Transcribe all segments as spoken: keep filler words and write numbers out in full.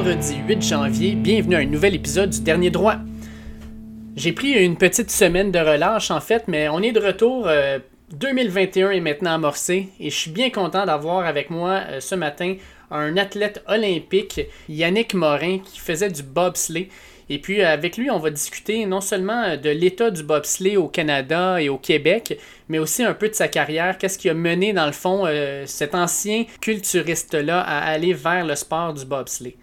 vendredi huit janvier, bienvenue à un nouvel épisode du Dernier Droit. J'ai pris une petite semaine de relâche en fait, mais on est de retour, euh, deux mille vingt et un est maintenant amorcé et je suis bien content d'avoir avec moi euh, ce matin un athlète olympique, Yannick Morin, qui faisait du bobsleigh. Et puis avec lui, on va discuter non seulement de l'état du bobsleigh au Canada et au Québec, mais aussi un peu de sa carrière, qu'est-ce qui a mené dans le fond euh, cet ancien culturiste-là à aller vers le sport du bobsleigh.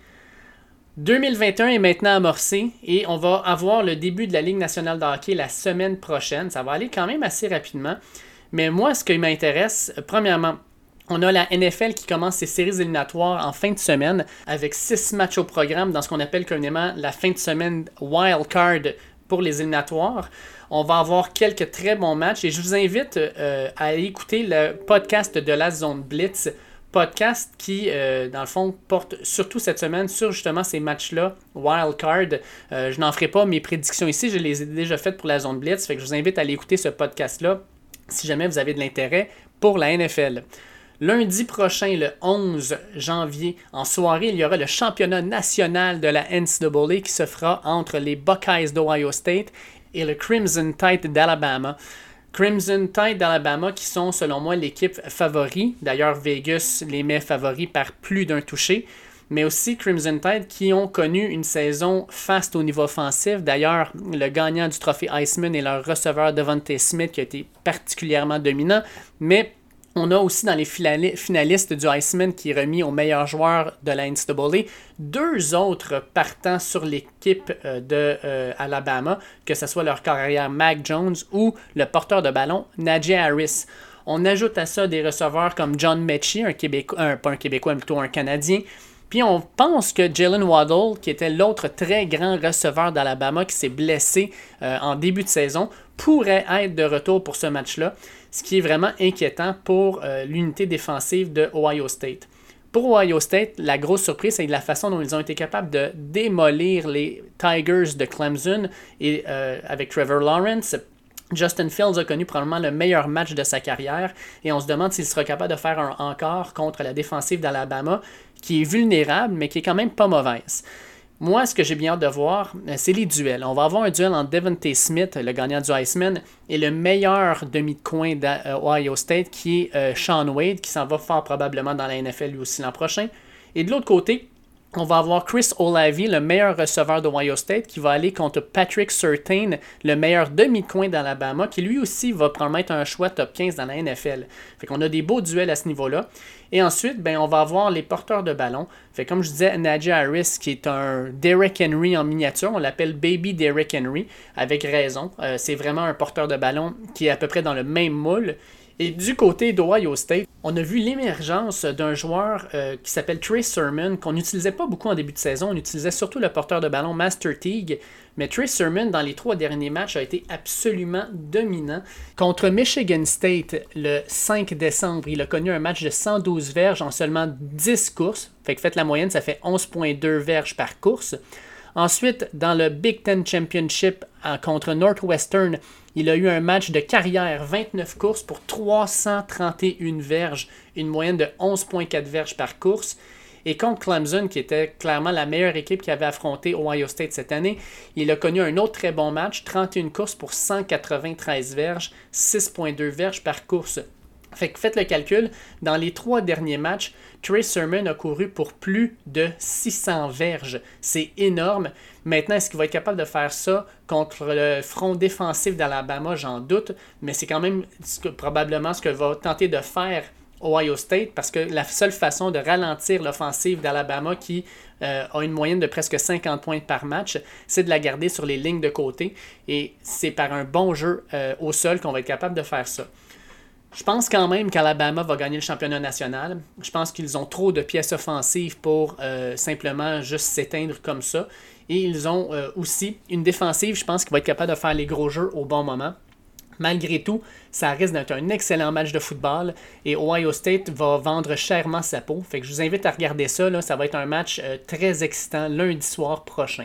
deux mille vingt et un est maintenant amorcé et on va avoir le début de la Ligue nationale de hockey la semaine prochaine. Ça va aller quand même assez rapidement. Mais moi, ce qui m'intéresse, premièrement, on a la N F L qui commence ses séries éliminatoires en fin de semaine avec six matchs au programme dans ce qu'on appelle communément la fin de semaine wild card pour les éliminatoires. On va avoir quelques très bons matchs et je vous invite euh, à aller écouter le podcast de la Zone Blitz, podcast qui, euh, dans le fond, porte surtout cette semaine sur justement ces matchs-là, wild card. Euh, je n'en ferai pas mes prédictions ici, je les ai déjà faites pour la Zone Blitz, fait que je vous invite à aller écouter ce podcast-là si jamais vous avez de l'intérêt pour la N F L. Lundi prochain, le onze janvier, en soirée, il y aura le championnat national de la N C double A qui se fera entre les Buckeyes d'Ohio State et le Crimson Tide d'Alabama. Crimson Tide d'Alabama qui sont, selon moi, l'équipe favori. D'ailleurs, Vegas les met favoris par plus d'un touché. Mais aussi Crimson Tide qui ont connu une saison faste au niveau offensif. D'ailleurs, le gagnant du trophée Heisman est leur receveur Devontae Smith qui a été particulièrement dominant. Mais on a aussi dans les finalistes du Heisman qui est remis au meilleur joueur de la N C double A deux autres partants sur l'équipe de euh, Alabama, que ce soit leur carrière Mac Jones ou le porteur de ballon Najee Harris. On ajoute à ça des receveurs comme John Mechie, un Québécois, un, pas un Québécois, mais plutôt un Canadien. Puis on pense que Jalen Waddle, qui était l'autre très grand receveur d'Alabama qui s'est blessé euh, en début de saison, pourrait être de retour pour ce match-là, ce qui est vraiment inquiétant pour euh, l'unité défensive de Ohio State. Pour Ohio State, la grosse surprise, c'est la façon dont ils ont été capables de démolir les Tigers de Clemson et euh, avec Trevor Lawrence. Justin Fields a connu probablement le meilleur match de sa carrière et on se demande s'il sera capable de faire un encore contre la défensive d'Alabama qui est vulnérable mais qui est quand même pas mauvaise. Moi, ce que j'ai bien hâte de voir, c'est les duels. On va avoir un duel entre Devontae Smith, le gagnant du Heisman, et le meilleur demi de coin d'Ohio State qui est euh, Shaun Wade qui s'en va fort probablement dans la N F L lui aussi l'an prochain. Et de l'autre côté, on va avoir Chris Olave, le meilleur receveur d'Ohio State, qui va aller contre Patrick Surtain, le meilleur demi-coin d'Alabama, qui lui aussi va probablement être un choix top quinze dans la N F L. Fait qu'on a des beaux duels à ce niveau-là. Et ensuite, ben, on va avoir les porteurs de ballon. Fait comme je disais, Najee Harris, qui est un Derrick Henry en miniature, on l'appelle Baby Derrick Henry, avec raison. Euh, c'est vraiment un porteur de ballon qui est à peu près dans le même moule. Et du côté d'Ohio State, on a vu l'émergence d'un joueur euh, qui s'appelle Trey Sermon, qu'on n'utilisait pas beaucoup en début de saison. On utilisait surtout le porteur de ballon Master Teague. Mais Trey Sermon, dans les trois derniers matchs, a été absolument dominant. Contre Michigan State, le cinq décembre, il a connu un match de cent douze verges en seulement dix courses. Fait que faites la moyenne, ça fait onze virgule deux verges par course. Ensuite, dans le Big Ten Championship contre Northwestern, il a eu un match de carrière, vingt-neuf courses pour trois cent trente et un verges, une moyenne de onze virgule quatre verges par course. Et contre Clemson, qui était clairement la meilleure équipe qui avait affronté Ohio State cette année, il a connu un autre très bon match, trente et une courses pour cent quatre-vingt-treize verges, six virgule deux verges par course. Fait que faites le calcul, dans les trois derniers matchs, Trey Sermon a couru pour plus de six cents verges. C'est énorme. Maintenant, est-ce qu'il va être capable de faire ça contre le front défensif d'Alabama? J'en doute, mais c'est quand même ce que, probablement ce que va tenter de faire Ohio State, parce que la seule façon de ralentir l'offensive d'Alabama qui euh, a une moyenne de presque cinquante points par match, c'est de la garder sur les lignes de côté, et c'est par un bon jeu euh, au sol qu'on va être capable de faire ça. Je pense quand même qu'Alabama va gagner le championnat national. Je pense qu'ils ont trop de pièces offensives pour euh, simplement juste s'éteindre comme ça. Et ils ont euh, aussi une défensive, je pense, qui va être capable de faire les gros jeux au bon moment. Malgré tout, ça risque d'être un excellent match de football et Ohio State va vendre chèrement sa peau. Fait que je vous invite à regarder ça. Là. Ça va être un match euh, très excitant lundi soir prochain.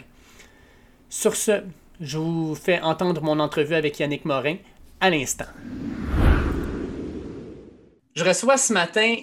Sur ce, je vous fais entendre mon entrevue avec Yannick Morin à l'instant. Je reçois ce matin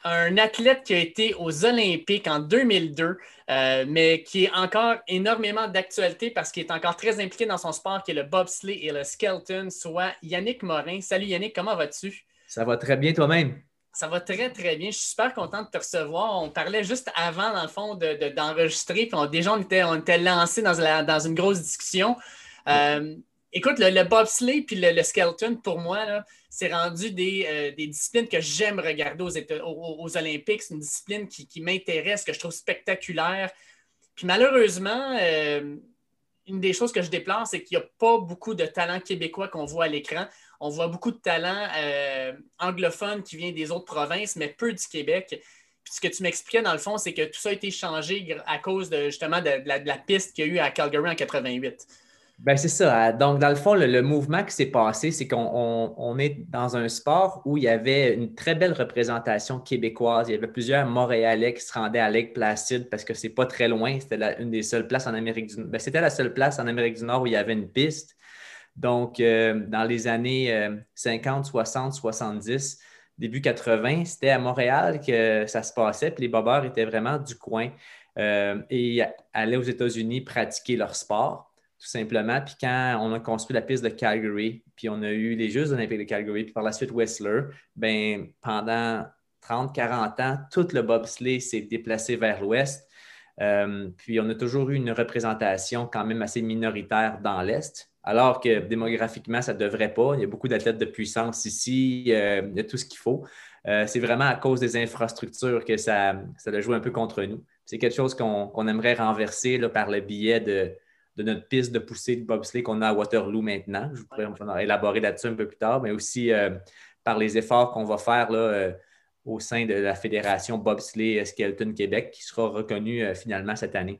un athlète qui a été aux Olympiques en deux mille deux, euh, mais qui est encore énormément d'actualité parce qu'il est encore très impliqué dans son sport, qui est le bobsleigh et le skeleton, soit Yannick Morin. Salut Yannick, comment vas-tu? Ça va très bien toi-même. Ça va très, très bien. Je suis super content de te recevoir. On parlait juste avant, dans le fond, de, de- d'enregistrer. Puis on- déjà, on était, on était lancé dans, la- dans une grosse discussion. Ouais. Euh, écoute, le, le bobsleigh puis le, le skeleton, pour moi, là, c'est rendu des, euh, des disciplines que j'aime regarder aux, Éta- aux- aux Olympiques. C'est une discipline qui, qui m'intéresse, que je trouve spectaculaire. Puis malheureusement, euh, une des choses que je déplore, c'est qu'il n'y a pas beaucoup de talents québécois qu'on voit à l'écran. On voit beaucoup de talents euh, anglophones qui viennent des autres provinces, mais peu du Québec. Puis ce que tu m'expliquais, dans le fond, c'est que tout ça a été changé à cause de, justement de, de la, de la piste qu'il y a eu à Calgary en quatre-vingt-huit. Ben, c'est ça. Donc, dans le fond, le, le mouvement qui s'est passé, c'est qu'on on- on est dans un sport où il y avait une très belle représentation québécoise. Il y avait plusieurs Montréalais qui se rendaient à Lake Placid parce que c'est pas très loin. C'était la- une des seules places en Amérique du Nord. Ben, c'était la seule place en Amérique du Nord où il y avait une piste. Donc, euh, dans les années euh, cinquante, soixante, soixante-dix, début quatre-vingts, c'était à Montréal que ça se passait. Puis les bobeurs étaient vraiment du coin euh, et allaient aux États-Unis pratiquer leur sport, tout simplement. Puis quand on a construit la piste de Calgary, puis on a eu les Jeux olympiques de Calgary, puis par la suite Whistler, ben, pendant trente, quarante ans, tout le bobsleigh s'est déplacé vers l'ouest. Euh, puis on a toujours eu une représentation quand même assez minoritaire dans l'Est, alors que démographiquement, ça ne devrait pas. Il y a beaucoup d'athlètes de puissance ici, euh, il y a tout ce qu'il faut. Euh, c'est vraiment à cause des infrastructures que ça, ça a joué un peu contre nous. C'est quelque chose qu'on qu'on aimerait renverser là, par le biais de, de notre piste de poussée de bobsleigh qu'on a à Waterloo maintenant. Je pourrais élaborer là-dessus un peu plus tard, mais aussi euh, par les efforts qu'on va faire là, euh, au sein de la Fédération Bobsleigh Skeleton Québec, qui sera reconnue euh, finalement cette année.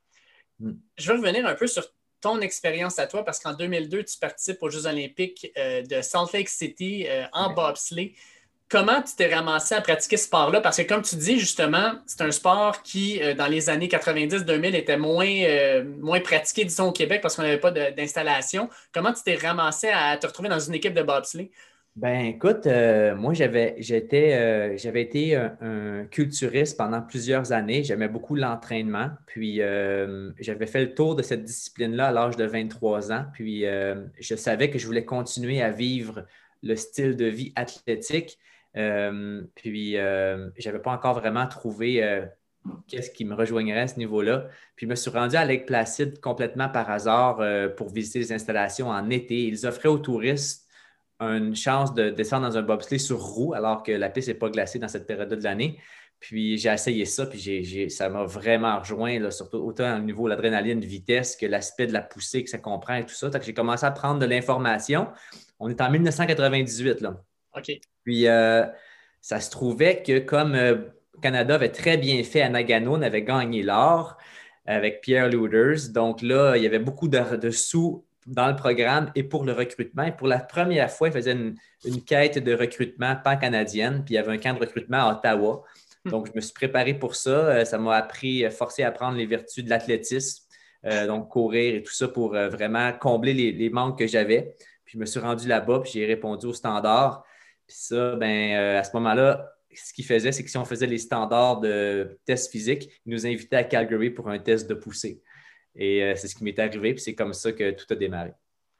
Mm. Je veux revenir un peu sur ton expérience à toi, parce qu'en deux mille deux, tu participes aux Jeux olympiques euh, de Salt Lake City euh, en Ouais. bobsleigh. Comment tu t'es ramassé à pratiquer ce sport-là? Parce que comme tu dis, justement, c'est un sport qui, euh, dans les années quatre-vingt-dix deux mille, était moins, euh, moins pratiqué, disons, au Québec parce qu'on n'avait pas de- d'installation. Comment tu t'es ramassé à te retrouver dans une équipe de bobsleigh? Ben, écoute, euh, moi, j'avais, j'étais, euh, j'avais été un, un culturiste pendant plusieurs années. J'aimais beaucoup l'entraînement. Puis, euh, j'avais fait le tour de cette discipline-là à l'âge de vingt-trois ans. Puis, euh, je savais que je voulais continuer à vivre le style de vie athlétique. Euh, puis, euh, je n'avais pas encore vraiment trouvé euh, qu'est-ce qui me rejoignerait à ce niveau-là. Puis, je me suis rendu à Lake Placid complètement par hasard euh, pour visiter les installations en été. Ils offraient aux touristes une chance de descendre dans un bobsleigh sur roue alors que la piste n'est pas glacée dans cette période de l'année. Puis j'ai essayé ça, puis j'ai, j'ai- ça m'a vraiment rejoint, là, surtout autant au niveau de l'adrénaline, de vitesse que l'aspect de la poussée que ça comprend et tout ça. Donc j'ai commencé à prendre de l'information. On est en mille neuf cent quatre-vingt-dix-huit, là. OK. Puis euh, ça se trouvait que comme euh, Canada avait très bien fait à Nagano, on avait gagné l'or avec Pierre Luders. Donc là, il y avait beaucoup de, de sous dans le programme et pour le recrutement. Et pour la première fois, il faisait une, une quête de recrutement pan-canadienne, puis il y avait un camp de recrutement à Ottawa. Donc, je me suis préparé pour ça. Euh, Ça m'a appris, euh, forcé à apprendre les vertus de l'athlétisme, euh, donc courir et tout ça pour euh, vraiment combler les, les manques que j'avais. Puis je me suis rendu là-bas, puis j'ai répondu au standard. Puis ça, ben, euh, à ce moment-là, ce qu'il faisait, c'est que si on faisait les standards de tests physiques, il nous invitait à Calgary pour un test de poussée. Et euh, c'est ce qui m'est arrivé, puis c'est comme ça que tout a démarré.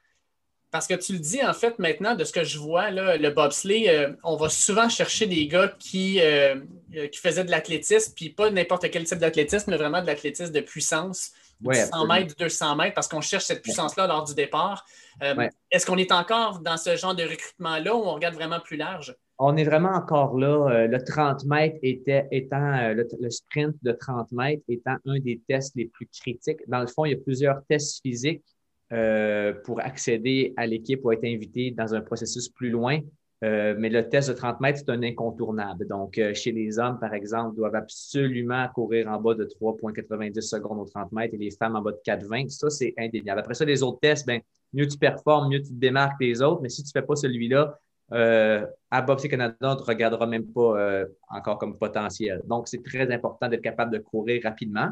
Parce que tu le dis, en fait, maintenant, de ce que je vois, là, le bobsleigh, euh, on va souvent chercher des gars qui, euh, euh, qui faisaient de l'athlétisme, puis pas n'importe quel type d'athlétisme, mais vraiment de l'athlétisme de puissance, Oui, du cent absolument. mètres, du deux cents mètres, parce qu'on cherche cette Ouais. puissance-là lors du départ. Euh, Ouais. est-ce qu'on est encore dans ce genre de recrutement-là où on regarde vraiment plus large? On est vraiment encore là. Euh, le trente mètres était, étant euh, le, le sprint de trente mètres étant un des tests les plus critiques. Dans le fond, il y a plusieurs tests physiques euh, pour accéder à l'équipe ou être invité dans un processus plus loin. Euh, mais le test de trente mètres, c'est un incontournable. Donc, euh, chez les hommes, par exemple, doivent absolument courir en bas de trois virgule quatre-vingt-dix secondes au trente mètres et les femmes en bas de quatre virgule vingt. Ça, c'est indéniable. Après ça, les autres tests, ben, mieux tu performes, mieux tu te démarques des autres. Mais si tu ne fais pas celui-là, euh, à Bobsleigh Canada, on ne te regardera même pas euh, encore comme potentiel. Donc, c'est très important d'être capable de courir rapidement.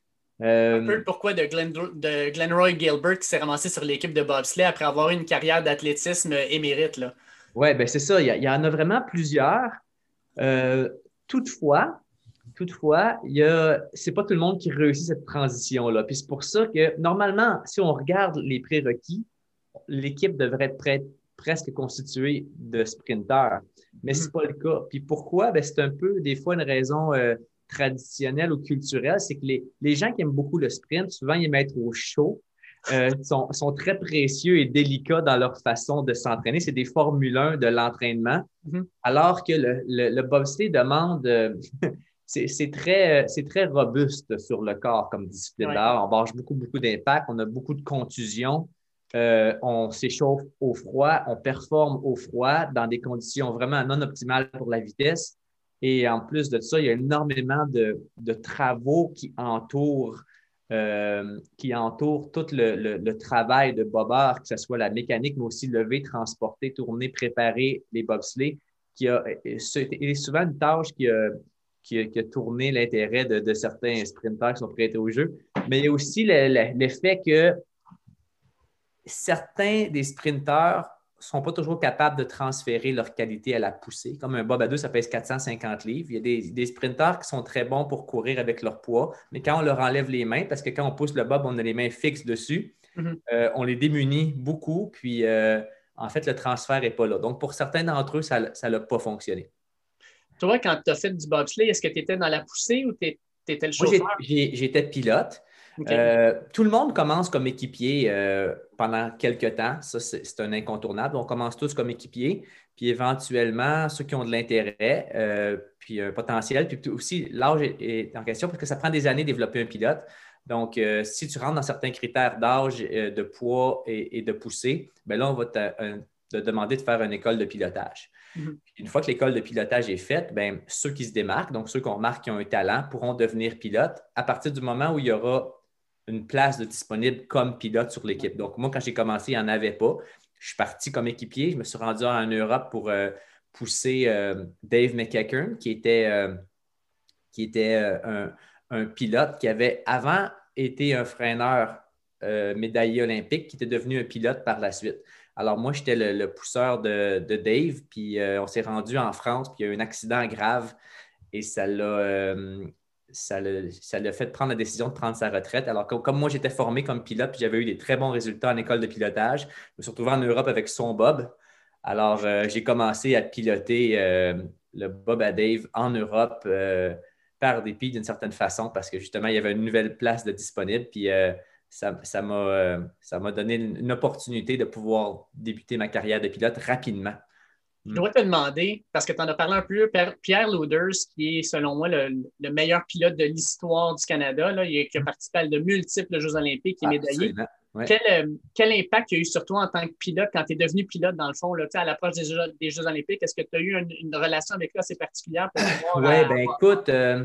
Un peu Euh, le pourquoi de, Glenn, de Glenroy Gilbert qui s'est ramassé sur l'équipe de bobsleigh après avoir eu une carrière d'athlétisme émérite, là. oui, ben c'est ça. Il y, a- il y en a vraiment plusieurs. Euh, toutefois, toutefois, il y a, c'est pas tout le monde qui réussit cette transition-là. Puis c'est pour ça que, normalement, si on regarde les prérequis, l'équipe devrait être prête, presque constituée de sprinteurs. Mais c'est pas le cas. Puis pourquoi? Ben, c'est un peu, des fois, une raison euh, traditionnelle ou culturelle. C'est que les, les gens qui aiment beaucoup le sprint, souvent, ils aiment être au chaud. Euh, sont, sont très précieux et délicats dans leur façon de s'entraîner. C'est des Formule un de l'entraînement. Mm-hmm. Alors que le, le, le bobsleigh demande, euh, c'est, c'est, très, c'est très robuste sur le corps comme discipline. Ouais. On barge beaucoup, beaucoup d'impact, on a beaucoup de contusions, euh, on s'échauffe au froid, on performe au froid dans des conditions vraiment non optimales pour la vitesse. Et en plus de ça, il y a énormément de, de travaux qui entourent Euh, qui entoure tout le, le, le travail de bobard, que ce soit la mécanique, mais aussi lever, transporter, tourner, préparer les bobsleighs, qui a, est souvent une tâche qui a, qui a, qui a tourné l'intérêt de, de certains sprinteurs qui sont prêtés au jeu. Mais il y a aussi l'effet que certains des sprinteurs ne sont pas toujours capables de transférer leur qualité à la poussée. Comme un bob à deux, ça pèse quatre cent cinquante livres. Il y a des, des sprinteurs qui sont très bons pour courir avec leur poids, mais quand on leur enlève les mains, parce que quand on pousse le bob, on a les mains fixes dessus, mm-hmm. euh, on les démunit beaucoup, puis euh, en fait, le transfert n'est pas là. Donc, pour certains d'entre eux, ça n'a pas fonctionné. Toi, quand tu as fait du bobsleigh, est-ce que tu étais dans la poussée ou tu étais le chauffeur? Moi, j'ai, j'étais pilote. Okay. Euh, tout le monde commence comme équipier euh, pendant quelques temps. Ça, c'est, c'est un incontournable. On commence tous comme équipier. Puis éventuellement, ceux qui ont de l'intérêt, euh, puis un potentiel, puis aussi l'âge est, est en question parce que ça prend des années de développer un pilote. Donc, euh, si tu rentres dans certains critères d'âge, euh, de poids et, et de poussée, bien là, on va te, euh, te demander de faire une école de pilotage. Mm-hmm. Une fois que l'école de pilotage est faite, bien, ceux qui se démarquent, donc ceux qu'on remarque qui ont un talent, pourront devenir pilotes à partir du moment où il y aura une place de disponible comme pilote sur l'équipe. Donc, moi, quand j'ai commencé, il n'y en avait pas. Je suis parti comme équipier. Je me suis rendu en Europe pour euh, pousser euh, Dave McEachern, qui était, euh, qui était euh, un, un pilote qui avait avant été un freineur euh, médaillé olympique, qui était devenu un pilote par la suite. Alors, moi, j'étais le, le pousseur de, de Dave, puis euh, on s'est rendu en France, puis il y a eu un accident grave et ça l'a... Euh, Ça l'a, ça l'a fait prendre la décision de prendre sa retraite. Alors, comme, comme moi, j'étais formé comme pilote puis j'avais eu des très bons résultats en école de pilotage, je me suis retrouvé en Europe avec son bob. Alors, euh, j'ai commencé à piloter euh, le bob à Dave en Europe euh, par dépit d'une certaine façon parce que justement, il y avait une nouvelle place de disponible. Puis, euh, ça, ça, m'a, euh, ça m'a donné une, une opportunité de pouvoir débuter ma carrière de pilote rapidement. Je dois te demander, parce que tu en as parlé un peu, Pierre Louders, qui est, selon moi, le, le meilleur pilote de l'histoire du Canada, là, qui a participé à de multiples Jeux olympiques et médaillé. Ouais. Quel, quel impact il y a eu sur toi en tant que pilote quand tu es devenu pilote, dans le fond, là, à l'approche des Jeux, des Jeux olympiques? Est-ce que tu as eu une, une relation avec lui assez particulière? Oui, à... bien écoute, euh,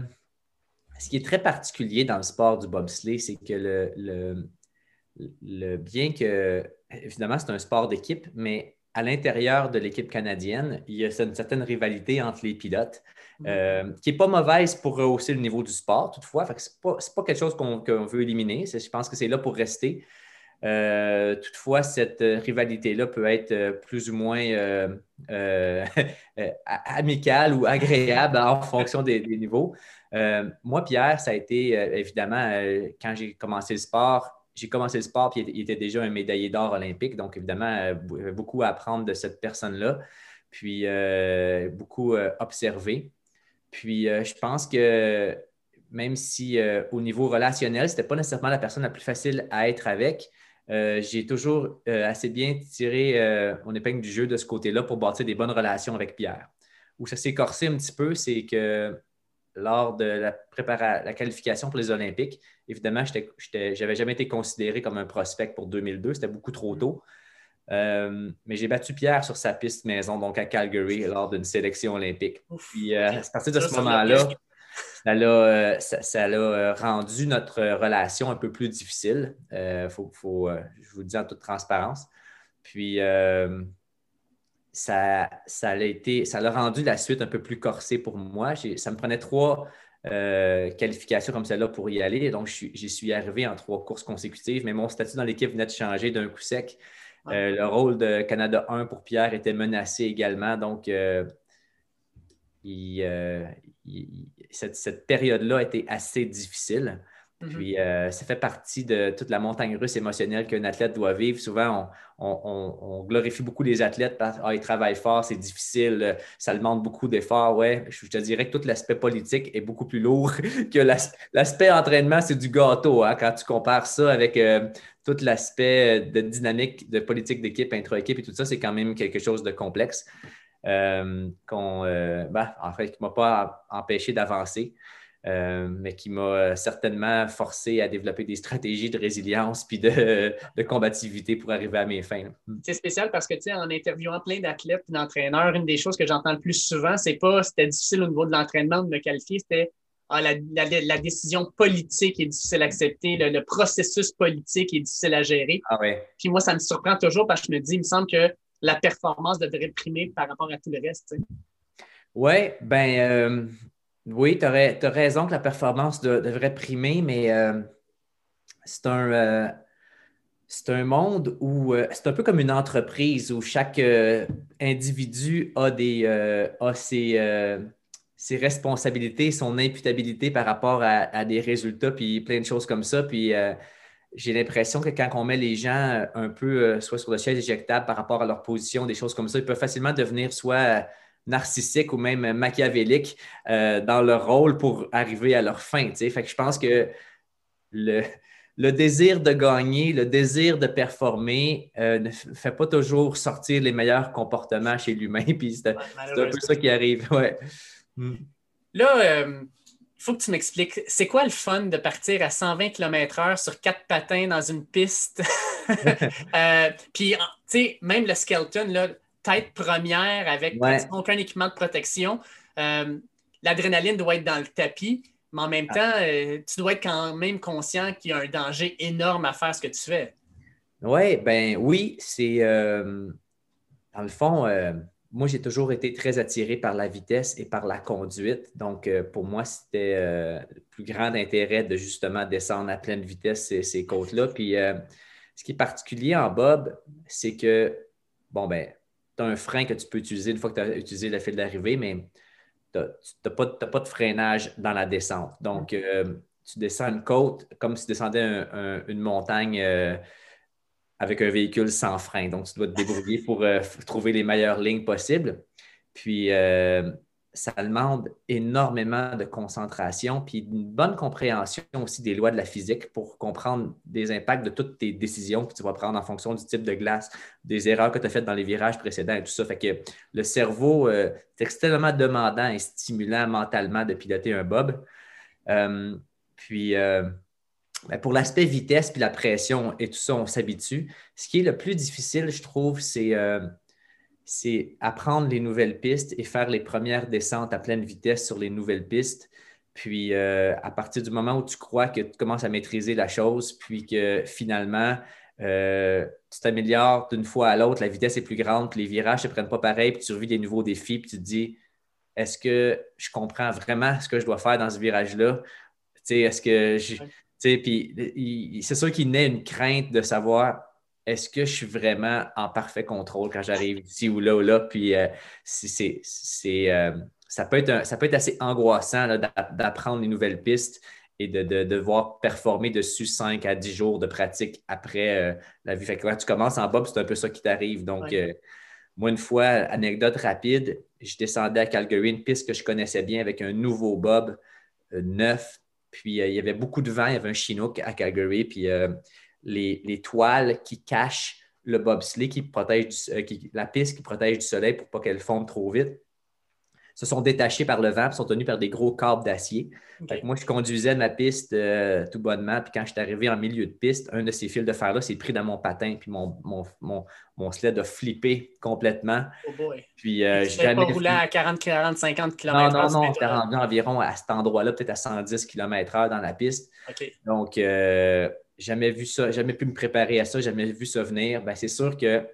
ce qui est très particulier dans le sport du bobsleigh, c'est que le, le, le bien que, évidemment, c'est un sport d'équipe, mais à l'intérieur de l'équipe canadienne, il y a une certaine rivalité entre les pilotes euh, qui n'est pas mauvaise pour rehausser le niveau du sport, toutefois. Ce n'est pas, pas quelque chose qu'on, qu'on veut éliminer. C'est, je pense que c'est là pour rester. Euh, toutefois, cette rivalité-là peut être plus ou moins euh, euh, amicale ou agréable en fonction des, des niveaux. Euh, moi, Pierre, ça a été euh, évidemment, euh, quand j'ai commencé le sport, j'ai commencé le sport puis il était déjà un médaillé d'or olympique. Donc, évidemment, beaucoup à apprendre de cette personne-là. Puis, euh, beaucoup euh, observé. Puis, euh, je pense que même si euh, au niveau relationnel, ce n'était pas nécessairement la personne la plus facile à être avec, euh, j'ai toujours euh, assez bien tiré euh, mon épingle du jeu de ce côté-là pour bâtir des bonnes relations avec Pierre. Où ça s'est corsé un petit peu, c'est que lors de la, prépara- la qualification pour les Olympiques, évidemment, je n'avais jamais été considéré comme un prospect pour deux mille deux. C'était beaucoup trop tôt. Euh, mais j'ai battu Pierre sur sa piste maison, donc à Calgary, lors d'une sélection olympique. Puis, euh, à partir de ce moment-là, ça l'a, euh, ça, ça l'a rendu notre relation un peu plus difficile. Euh, faut, faut, euh, je vous le dis en toute transparence. Puis, euh, Ça, ça, a été, ça l'a rendu la suite un peu plus corsée pour moi. J'ai, ça me prenait trois euh, qualifications comme celle-là pour y aller. Donc, j'y suis arrivé en trois courses consécutives, mais mon statut dans l'équipe venait de changer d'un coup sec. Euh, le rôle de Canada un pour Pierre était menacé également. Donc, euh, il, euh, il- cette, cette période-là a été assez difficile. Mhm. Puis, euh, ça fait partie de toute la montagne russe émotionnelle qu'un athlète doit vivre. Souvent, on, on- on- on glorifie beaucoup les athlètes parce qu'ils travaillent fort, c'est difficile, euh, ça demande beaucoup d'efforts. Ouais, je te dirais que tout l'aspect politique est beaucoup plus lourd que l'as- l'aspect entraînement, c'est du gâteau, hein, quand tu compares ça avec euh, tout l'aspect de dynamique, de politique d'équipe, intra-équipe et tout ça, c'est quand même quelque chose de complexe. Euh, qu'on, euh, ben, en fait, qui ne m'a pas empêché d'avancer. Euh, mais qui m'a certainement forcé à développer des stratégies de résilience puis de, de combativité pour arriver à mes fins. C'est spécial parce que, tu sais, en interviewant plein d'athlètes et d'entraîneurs, une des choses que j'entends le plus souvent, c'est pas c'était difficile au niveau de l'entraînement de me qualifier, c'était ah, la, la, la, décision politique est difficile à accepter, le, le, processus politique est difficile à gérer. Ah ouais. Puis moi, ça me surprend toujours parce que je me dis, il me semble que la performance devrait primer par rapport à tout le reste. Oui, ben euh, oui, tu as raison que la performance de, devrait primer, mais euh, c'est un, euh, c'est un monde où euh, c'est un peu comme une entreprise où chaque euh, individu a, des, euh, a ses, euh, ses responsabilités, son imputabilité par rapport à, à des résultats, puis plein de choses comme ça. Puis euh, j'ai l'impression que quand on met les gens un peu euh, soit sur le siège éjectable par rapport à leur position, des choses comme ça, ils peuvent facilement devenir soit euh, narcissiques ou même machiavéliques euh, dans leur rôle pour arriver à leur fin. Tu sais. Fait que je pense que le, le désir de gagner, le désir de performer euh, ne f- fait pas toujours sortir les meilleurs comportements chez l'humain. Puis c'est Ouais, c'est un peu malheureusement. ça qui arrive. Ouais. Mm. Là, il euh, faut que tu m'expliques, c'est quoi le fun de partir à cent vingt kilomètres heure sur quatre patins dans une piste? euh, Puis, tu sais, même le skeleton, là, tête première avec Ouais. pratiquement aucun équipement de protection, euh, l'adrénaline doit être dans le tapis, mais en même temps, euh, tu dois être quand même conscient qu'il y a un danger énorme à faire ce que tu fais. Ouais, ben oui, c'est euh, dans le fond, euh, moi j'ai toujours été très attiré par la vitesse et par la conduite. Donc, euh, pour moi, c'était euh, le plus grand intérêt de justement descendre à pleine vitesse ces, ces côtes-là. Puis, euh, ce qui est particulier en bob, c'est que, bon, ben, tu as un frein que tu peux utiliser une fois que tu as utilisé le fil d'arrivée, mais tu n'as pas, t'as pas de freinage dans la descente. Donc, euh, tu descends une côte comme si tu descendais un- un- une montagne euh, avec un véhicule sans frein. Donc, tu dois te débrouiller pour euh, trouver les meilleures lignes possibles. Puis, euh, ça demande énormément de concentration, puis une bonne compréhension aussi des lois de la physique pour comprendre des impacts de toutes tes décisions que tu vas prendre en fonction du type de glace, des erreurs que tu as faites dans les virages précédents et tout ça. Fait que le cerveau, euh, est extrêmement demandant et stimulant mentalement de piloter un bob. Euh, puis, euh, ben, pour l'aspect vitesse puis la pression et tout ça, on s'habitue. Ce qui est le plus difficile, je trouve, c'est euh, c'est apprendre les nouvelles pistes et faire les premières descentes à pleine vitesse sur les nouvelles pistes. Puis, euh, à partir du moment où tu crois que tu commences à maîtriser la chose, puis que finalement, euh, tu t'améliores d'une fois à l'autre, la vitesse est plus grande, puis les virages ne se prennent pas pareil, puis tu revis des nouveaux défis, puis tu te dis, est-ce que je comprends vraiment ce que je dois faire dans ce virage-là? Tu sais, est-ce que je, tu sais, puis il- c'est sûr qu'il naît une crainte de savoir est-ce que je suis vraiment en parfait contrôle quand j'arrive ici ou là ou là. Puis euh, c'est, c'est, c'est, euh, ça peut être un- ça peut être assez angoissant là, d'a- d'apprendre les nouvelles pistes et de, de, de devoir performer dessus cinq à dix jours de pratique après euh, la vie. Fait que quand tu commences en bob, c'est un peu ça qui t'arrive. Donc, Ouais. euh, moi, une fois, anecdote rapide, je descendais à Calgary, une piste que je connaissais bien avec un nouveau bob euh, neuf. Puis euh, il y avait beaucoup de vent, il y avait un Chinook à Calgary. Puis euh, les, les toiles qui cachent le bobsleigh, qui protège du- euh, qui- la piste qui protège du soleil pour pas qu'elle fonde trop vite, se sont détachés par le vent et sont tenus par des gros câbles d'acier. Fait que OK. moi, je conduisais ma piste euh, tout bonnement. Puis quand je suis arrivé en milieu de piste, un de ces fils de fer-là s'est pris dans mon patin. Puis mon, mon, mon, mon sled a flippé complètement. Oh boy. Puis Et euh, tu ne devais pas jamais rouler vu. à quarante, quarante, cinquante Non, km/h. non, Tu non, devais j'étais être, rendu environ à cet endroit-là, peut-être à cent dix kilomètres heure dans la piste. OK. Donc, euh, jamais vu ça, jamais pu me préparer à ça, jamais vu ça venir. Ben, c'est sûr que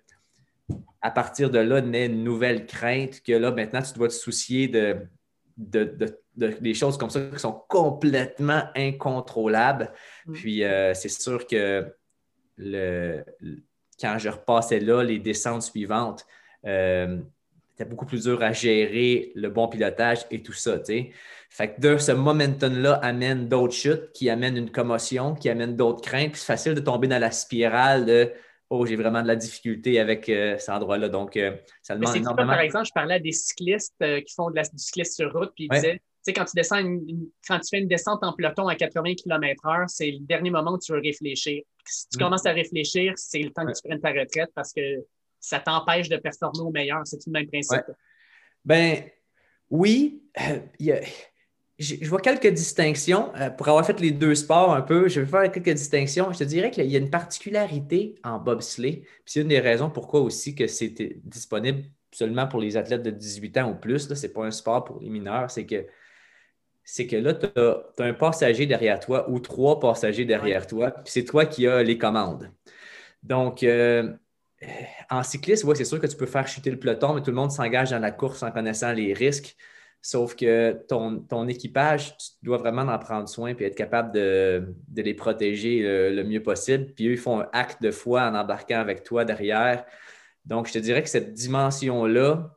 à partir de là, naît une nouvelle crainte que là, maintenant, tu dois te soucier de, de, de- de- des choses comme ça qui sont complètement incontrôlables. Mm. Puis, euh, c'est sûr que le, le- quand je repassais là, les descentes suivantes, euh, c'était beaucoup plus dur à gérer le bon pilotage et tout ça, tu sais. Fait que de ce momentum-là amène d'autres chutes, qui amènent une commotion, qui amènent d'autres craintes. Puis c'est facile de tomber dans la spirale de oh, j'ai vraiment de la difficulté avec euh, cet endroit-là. Donc, euh, ça Mais demande c'est comme, énormément. par exemple, je parlais à des cyclistes euh, qui font de la, du cyclisme sur route, puis ils Ouais, disaient, tu sais, quand tu descends une, une- quand tu fais une descente en peloton à quatre-vingts kilomètres heure, c'est le dernier moment où tu veux réfléchir. Si tu mm, commences à réfléchir, c'est le temps que ouais, tu prennes ta retraite parce que ça t'empêche de performer au meilleur. C'est tout le même principe. ouais. Ben oui, euh, il y a- je, je vois quelques distinctions. Euh, pour avoir fait les deux sports un peu, je vais faire quelques distinctions. Je te dirais qu'il y a une particularité en bobsleigh. Puis c'est une des raisons pourquoi aussi que c'était disponible seulement pour les athlètes de dix-huit ans ou plus. Ce n'est pas un sport pour les mineurs. C'est que, c'est que là, tu as, un passager derrière toi ou trois passagers Ouais. derrière toi. Puis c'est toi qui as les commandes. Donc, euh, en cyclisme, oui, c'est sûr que tu peux faire chuter le peloton, mais tout le monde s'engage dans la course en connaissant les risques. Sauf que ton, ton équipage, tu dois vraiment en prendre soin et être capable de, de les protéger le, le mieux possible. Puis eux, ils font un acte de foi en embarquant avec toi derrière. Donc, je te dirais que cette dimension-là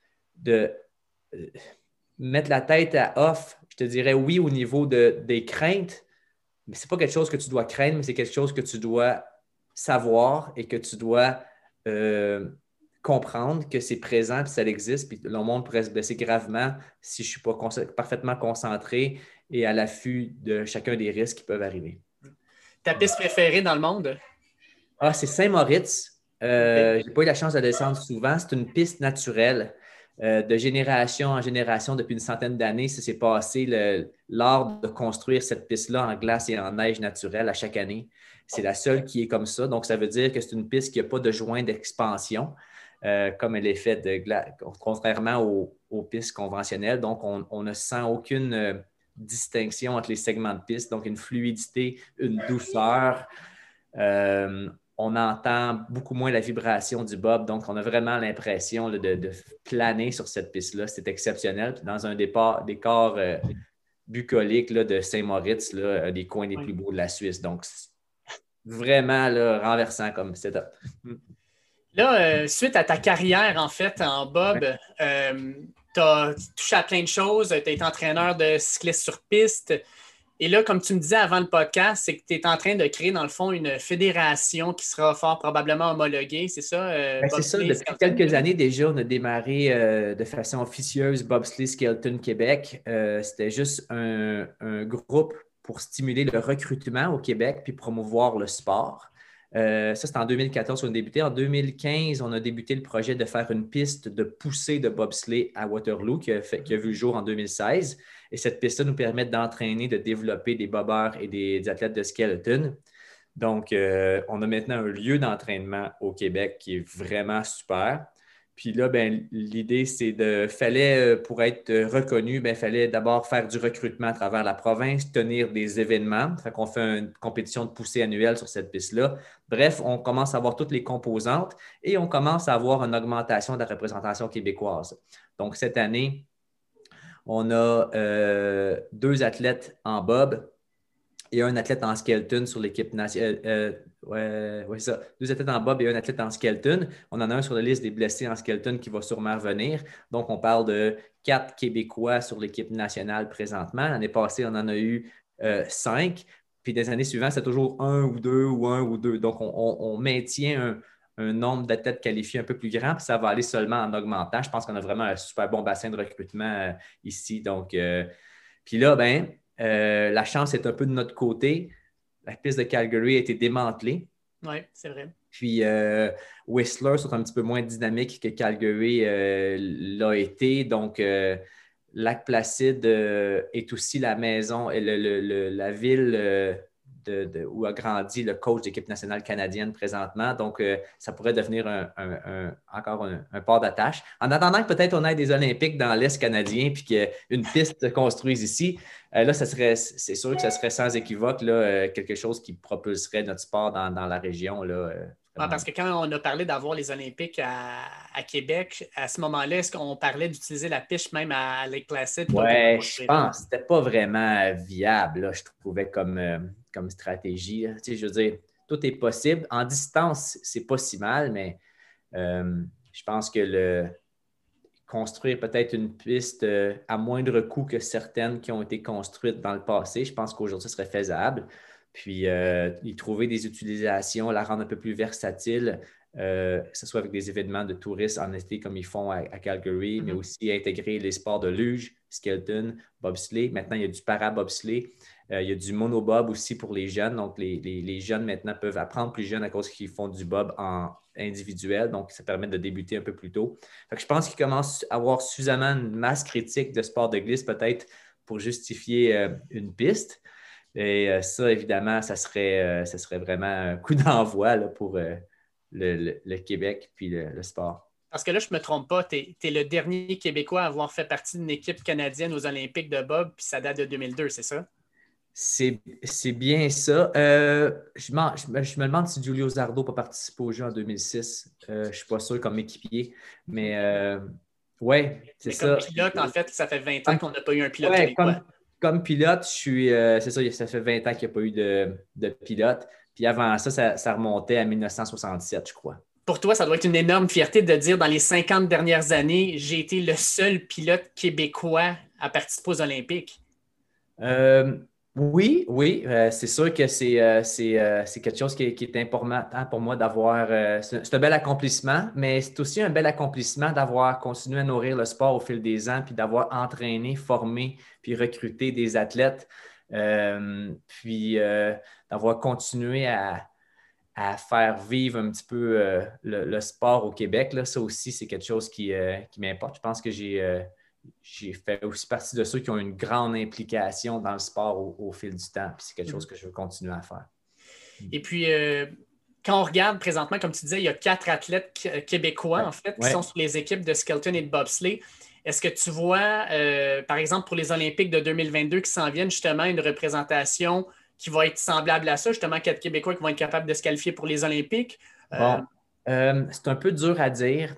de euh, mettre la tête à off, je te dirais oui au niveau de, des craintes, mais ce n'est pas quelque chose que tu dois craindre, mais c'est quelque chose que tu dois savoir et que tu dois euh, comprendre que c'est présent, puis ça existe, puis le monde pourrait se blesser gravement si je ne suis pas con- parfaitement concentré et à l'affût de chacun des risques qui peuvent arriver. Ta piste préférée dans le monde? Ah, c'est Saint-Moritz. OK. Euh, je n'ai pas eu la chance de descendre souvent. C'est une piste naturelle. Euh, de génération en génération, depuis une centaine d'années, ça s'est passé le- l'art de construire cette piste-là en glace et en neige naturelle à chaque année. C'est la seule qui est comme ça. Donc, ça veut dire que c'est une piste qui n'a pas de joint d'expansion, euh, comme elle est faite de glace, contrairement aux, aux pistes conventionnelles. Donc, on, on ne sent aucune euh, distinction entre les segments de piste. Donc, une fluidité, une douceur. Euh, on entend beaucoup moins la vibration du bob, donc on a vraiment l'impression là, de, de planer sur cette piste-là. C'est exceptionnel. Puis dans un départ, décor euh, bucolique là, de Saint-Moritz, là, un des coins les Ouais. plus beaux de la Suisse. Donc, c'est vraiment là, renversant comme setup. Là, euh, suite à ta carrière, en fait, en Ouais. Bob, euh, tu as touché à plein de choses. Tu as été entraîneur de cyclistes sur piste. Et là, comme tu me disais avant le podcast, c'est que tu es en train de créer, dans le fond, une fédération qui sera fort probablement homologuée. C'est ça, euh, Ben, c'est ça, Bobsleigh depuis Skelton quelques Québec? années déjà, on a démarré euh, de façon officieuse Bobsleigh Skelton Québec. Euh, c'était juste un, un groupe pour stimuler le recrutement au Québec puis promouvoir le sport. Euh, ça, c'était en deux mille quatorze qu'on a débuté. En deux mille quinze, on a débuté le projet de faire une piste de poussée de bobsleigh à Waterloo qui a, fait- qui a vu le jour en deux mille seize. Et cette piste-là nous permet d'entraîner, de développer des bobeurs et des, des athlètes de skeleton. Donc, euh, on a maintenant un lieu d'entraînement au Québec qui est vraiment super. Puis là, ben, l'idée, c'est de, fallait, euh, pour être reconnu, il fallait d'abord faire du recrutement à travers la province, tenir des événements. Fait qu'on fait une compétition de poussée annuelle sur cette piste-là. Bref, on commence à avoir toutes les composantes et on commence à avoir une augmentation de la représentation québécoise. Donc, cette année, on a euh, deux athlètes en bob et un athlète en skeleton sur l'équipe nationale. Euh, euh, ouais, ouais, c'est ça. Deux athlètes en bob et un athlète en skeleton. On en a un sur la liste des blessés en skeleton qui va sûrement revenir. Donc, on parle de quatre Québécois sur l'équipe nationale présentement. L'année passée, on en a eu euh, cinq. Puis des années suivantes, c'est toujours un ou deux ou un ou deux. Donc, on, on- on maintient un, un nombre d'athlètes qualifiés un peu plus grand, puis ça va aller seulement en augmentant. Je pense qu'on a vraiment un super bon bassin de recrutement euh, ici. Donc, euh, puis là, ben, euh, la chance est un peu de notre côté. La piste de Calgary a été démantelée. Oui, c'est vrai. Puis euh, Whistler sont un petit peu moins dynamiques que Calgary euh, l'a été. Donc, euh, Lac-Placide euh, est aussi la maison et le, le, le, la ville euh, de, de, où a grandi le coach d'équipe nationale canadienne présentement. Donc, euh, ça pourrait devenir un, un, un, encore un, un port d'attache. En attendant que peut-être on ait des Olympiques dans l'Est canadien puis qu'une piste se construise ici, euh, là, ça serait, c'est sûr que ça serait sans équivoque là, euh, quelque chose qui propulserait notre sport dans, dans la région. Là, euh, Ouais, parce que quand on a parlé d'avoir les Olympiques à, à Québec, à ce moment-là, est-ce qu'on parlait d'utiliser la piste même à Lake Placid plutôt que de la Ouais, je construire là? pense que c'était pas vraiment viable, là, je trouvais comme, euh, comme stratégie. Là. Tu sais, je veux dire, tout est possible. En distance, c'est pas si mal, mais euh, je pense que le. construire peut-être une piste euh, à moindre coût que certaines qui ont été construites dans le passé. Je pense qu'aujourd'hui, ce serait faisable. Puis, euh, y trouver des utilisations, la rendre un peu plus versatile, euh, que ce soit avec des événements de touristes en été comme ils font à, à Calgary, mm-hmm. mais aussi intégrer les sports de luge, skeleton, bobsleigh. Maintenant, il y a du para-bobsleigh. Euh, il y a du monobob aussi pour les jeunes. Donc, les, les, les jeunes maintenant peuvent apprendre plus jeunes à cause qu'ils font du bob en individuel. Donc, ça permet de débuter un peu plus tôt. Fait que je pense qu'ils commencent à avoir suffisamment une masse critique de sport de glisse peut-être pour justifier euh, une piste. Et euh, ça, évidemment, ça serait, euh, ça serait vraiment un coup d'envoi là, pour euh, le, le, le Québec puis le, le sport. Parce que là, je ne me trompe pas, tu es le dernier Québécois à avoir fait partie d'une équipe canadienne aux Olympiques de bob, puis ça date de deux mille deux, c'est ça? C'est, c'est bien ça. Euh, je, je, je me demande si Giulio Zardo n'a pas participé aux Jeux en deux mille six. Euh, je ne suis pas sûr comme équipier, mais euh, oui, c'est mais ça. Comme pilote, en fait, ça fait vingt ans qu'on n'a pas eu un pilote ouais, québécois. Comme, comme pilote, je suis, euh, c'est ça, ça fait vingt ans qu'il n'y a pas eu de, de pilote. Puis avant ça, ça, ça remontait à mille neuf cent soixante-sept, je crois. Pour toi, ça doit être une énorme fierté de dire dans les cinquante dernières années, j'ai été le seul pilote québécois à participer aux Olympiques. Euh, oui, oui. Euh, c'est sûr que c'est, euh, c'est, euh, c'est quelque chose qui, qui est important pour moi d'avoir. Euh, c'est, c'est un bel accomplissement, mais c'est aussi un bel accomplissement d'avoir continué à nourrir le sport au fil des ans, puis d'avoir entraîné, formé, puis recruté des athlètes, euh, puis euh, d'avoir continué à. à faire vivre un petit peu euh, le, le sport au Québec. Là. Ça aussi, c'est quelque chose qui, euh, qui m'importe. Je pense que j'ai, euh, j'ai fait aussi partie de ceux qui ont une grande implication dans le sport au, au fil du temps. Puis c'est quelque chose que je veux continuer à faire. Et puis, euh, quand on regarde présentement, comme tu disais, il y a quatre athlètes québécois, ouais. en fait, qui ouais. sont sur les équipes de skeleton et de bobsleigh. Est-ce que tu vois, euh, par exemple, pour les Olympiques de deux mille vingt-deux qui s'en viennent, justement, une représentation qui va être semblable à ça, justement, quatre Québécois qui vont être capables de se qualifier pour les Olympiques? Bon, euh... Euh, c'est un peu dur à dire.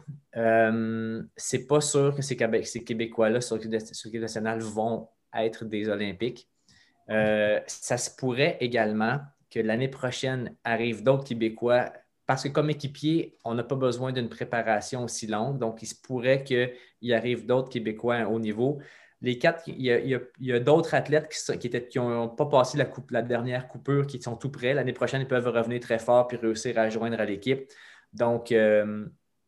Euh, c'est pas sûr que ces, Québé- ces Québécois-là sur l'équipe nationale vont être des Olympiques. Euh, ça se pourrait également que l'année prochaine arrivent d'autres Québécois parce que comme équipier, on n'a pas besoin d'une préparation aussi longue. Donc, il se pourrait qu'il arrive d'autres Québécois à haut niveau. Les quatre, il y a, il y a, il y a d'autres athlètes qui n'ont qui ont pas passé la, coupe, la dernière coupure, qui sont tout prêts. L'année prochaine, ils peuvent revenir très fort puis réussir à joindre à l'équipe. Donc, euh,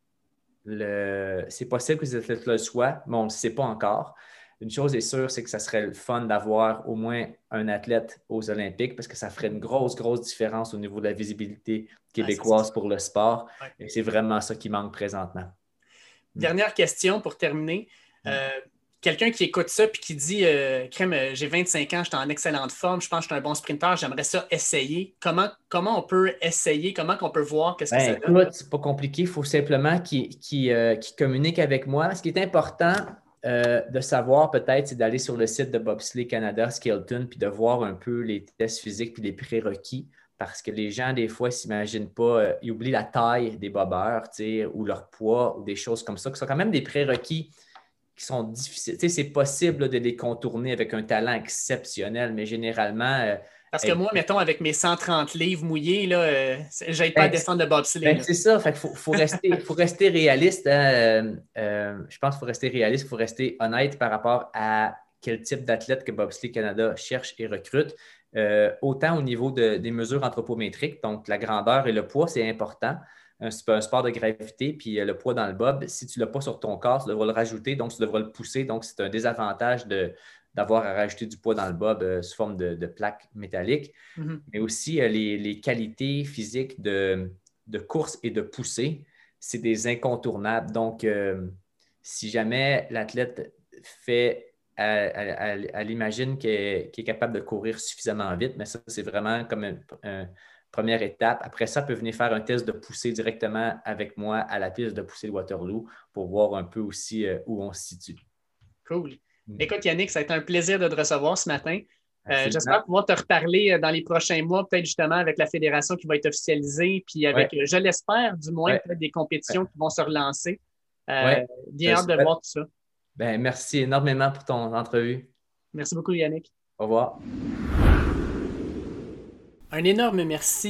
le, c'est possible que ces athlètes le soient, mais on ne le sait pas encore. Une chose est sûre, c'est que ça serait le fun d'avoir au moins un athlète aux Olympiques parce que ça ferait une grosse, grosse différence au niveau de la visibilité québécoise ah, pour le sport. Ouais. Et c'est vraiment ça qui manque présentement. Dernière question pour terminer. Mm. Euh, Quelqu'un qui écoute ça et qui dit euh, « Crème, j'ai vingt-cinq ans, je suis en excellente forme, je pense que je suis un bon sprinter, j'aimerais ça essayer. » Comment, comment on peut essayer? Comment on peut voir qu'est-ce ben, que ça donne? Écoute, c'est pas compliqué. Il faut simplement qu'il, qu'il, euh, qu'il communique avec moi. Ce qui est important euh, de savoir peut-être, c'est d'aller sur le site de Bobsleigh Canada, Skeleton, puis de voir un peu les tests physiques puis les prérequis. Parce que les gens, des fois, ne s'imaginent pas, euh, ils oublient la taille des bobeurs, ou leur poids, ou des choses comme ça, qui sont quand même des prérequis qui sont difficiles. Tu sais, c'est possible là, de les contourner avec un talent exceptionnel, mais généralement... Euh, Parce que moi, mettons, avec mes cent trente livres mouillés, là, euh, j'aide pas ben, à descendre de bobsleigh. Ben, c'est ça. Il faut, faut, rester, faut rester réaliste. Hein. Euh, je pense qu'il faut rester réaliste. Il faut rester honnête par rapport à quel type d'athlète que Bobsleigh Canada cherche et recrute. Euh, autant au niveau de, des mesures anthropométriques, donc la grandeur et le poids, c'est important. Un, un sport de gravité, puis le poids dans le bob, si tu ne l'as pas sur ton corps, tu devras le rajouter, donc tu devras le pousser. Donc, c'est un désavantage de, d'avoir à rajouter du poids dans le bob euh, sous forme de, de plaques métalliques. Mm-hmm. Mais aussi, euh, les, les qualités physiques de, de course et de poussée, c'est des incontournables. Donc, euh, si jamais l'athlète fait, elle, elle imagine qu'elle, qu'elle est capable de courir suffisamment vite, mais ça, c'est vraiment comme un, un première étape. Après ça, elle peut venir faire un test de poussée directement avec moi à la piste de poussée de Waterloo pour voir un peu aussi euh, où on se situe. Cool. Mm. Écoute, Yannick, ça a été un plaisir de te recevoir ce matin. Euh, j'espère pouvoir te reparler dans les prochains mois, peut-être justement avec la fédération qui va être officialisée, puis avec, ouais. je l'espère, du moins, ouais. peut-être des compétitions ouais. qui vont se relancer. Euh, ouais. Bien hâte de voir tout ça. Ben, merci énormément pour ton entrevue. Merci beaucoup, Yannick. Au revoir. Un énorme merci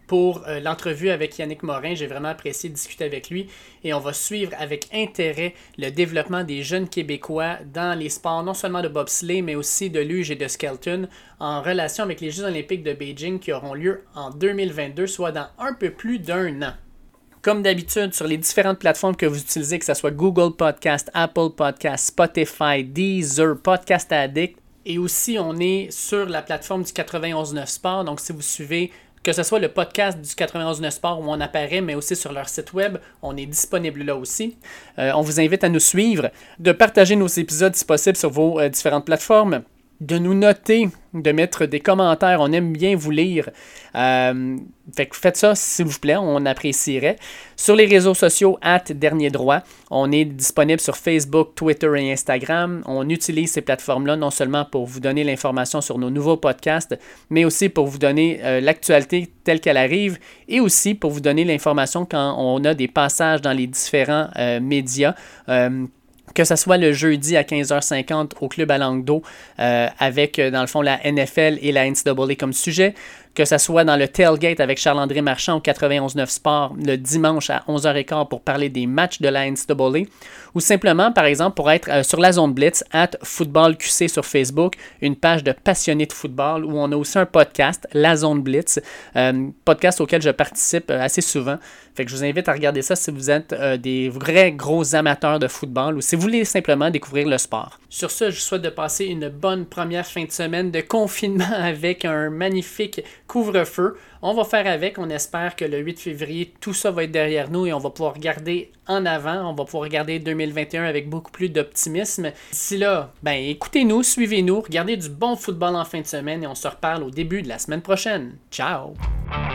pour euh, l'entrevue avec Yannick Morin. J'ai vraiment apprécié discuter avec lui et on va suivre avec intérêt le développement des jeunes Québécois dans les sports, non seulement de bobsleigh, mais aussi de luge et de skeleton, en relation avec les Jeux olympiques de Beijing qui auront lieu en deux mille vingt-deux, soit dans un peu plus d'un an. Comme d'habitude, sur les différentes plateformes que vous utilisez, que ce soit Google Podcast, Apple Podcast, Spotify, Deezer, Podcast Addict, et aussi on est sur la plateforme du quatre-vingt-onze neuf Sport, donc si vous suivez que ce soit le podcast du quatre-vingt-onze neuf Sport où on apparaît, mais aussi sur leur site web, on est disponible là aussi. Euh, on vous invite à nous suivre, de partager nos épisodes si possible sur vos euh, différentes plateformes, de nous noter, de mettre des commentaires. On aime bien vous lire. Euh, fait que faites ça, s'il vous plaît, on apprécierait. Sur les réseaux sociaux, arobase Dernier Droit, on est disponible sur Facebook, Twitter et Instagram. On utilise ces plateformes-là non seulement pour vous donner l'information sur nos nouveaux podcasts, mais aussi pour vous donner euh, l'actualité telle qu'elle arrive et aussi pour vous donner l'information quand on a des passages dans les différents euh, médias. Euh, que ce soit le jeudi à quinze heures cinquante au Club à Langue d'eau euh, avec, dans le fond, la N F L et la N C A A comme sujet, que ce soit dans le Tailgate avec Charles-André Marchand au quatre-vingt-onze neuf Sport le dimanche à onze heures quinze pour parler des matchs de la N C A A, ou simplement, par exemple, pour être euh, sur la zone Blitz, at Football Q C sur Facebook, une page de passionnés de football, où on a aussi un podcast, La Zone Blitz, euh, podcast auquel je participe assez souvent. Fait que je vous invite à regarder ça si vous êtes euh, des vrais gros amateurs de football ou si vous voulez simplement découvrir le sport. Sur ce, je vous souhaite de passer une bonne première fin de semaine de confinement avec un magnifique couvre-feu. On va faire avec, on espère que le huit février, tout ça va être derrière nous et on va pouvoir regarder en avant, on va pouvoir regarder deux mille vingt et un avec beaucoup plus d'optimisme. D'ici là, ben écoutez-nous, suivez-nous, regardez du bon football en fin de semaine et on se reparle au début de la semaine prochaine. Ciao!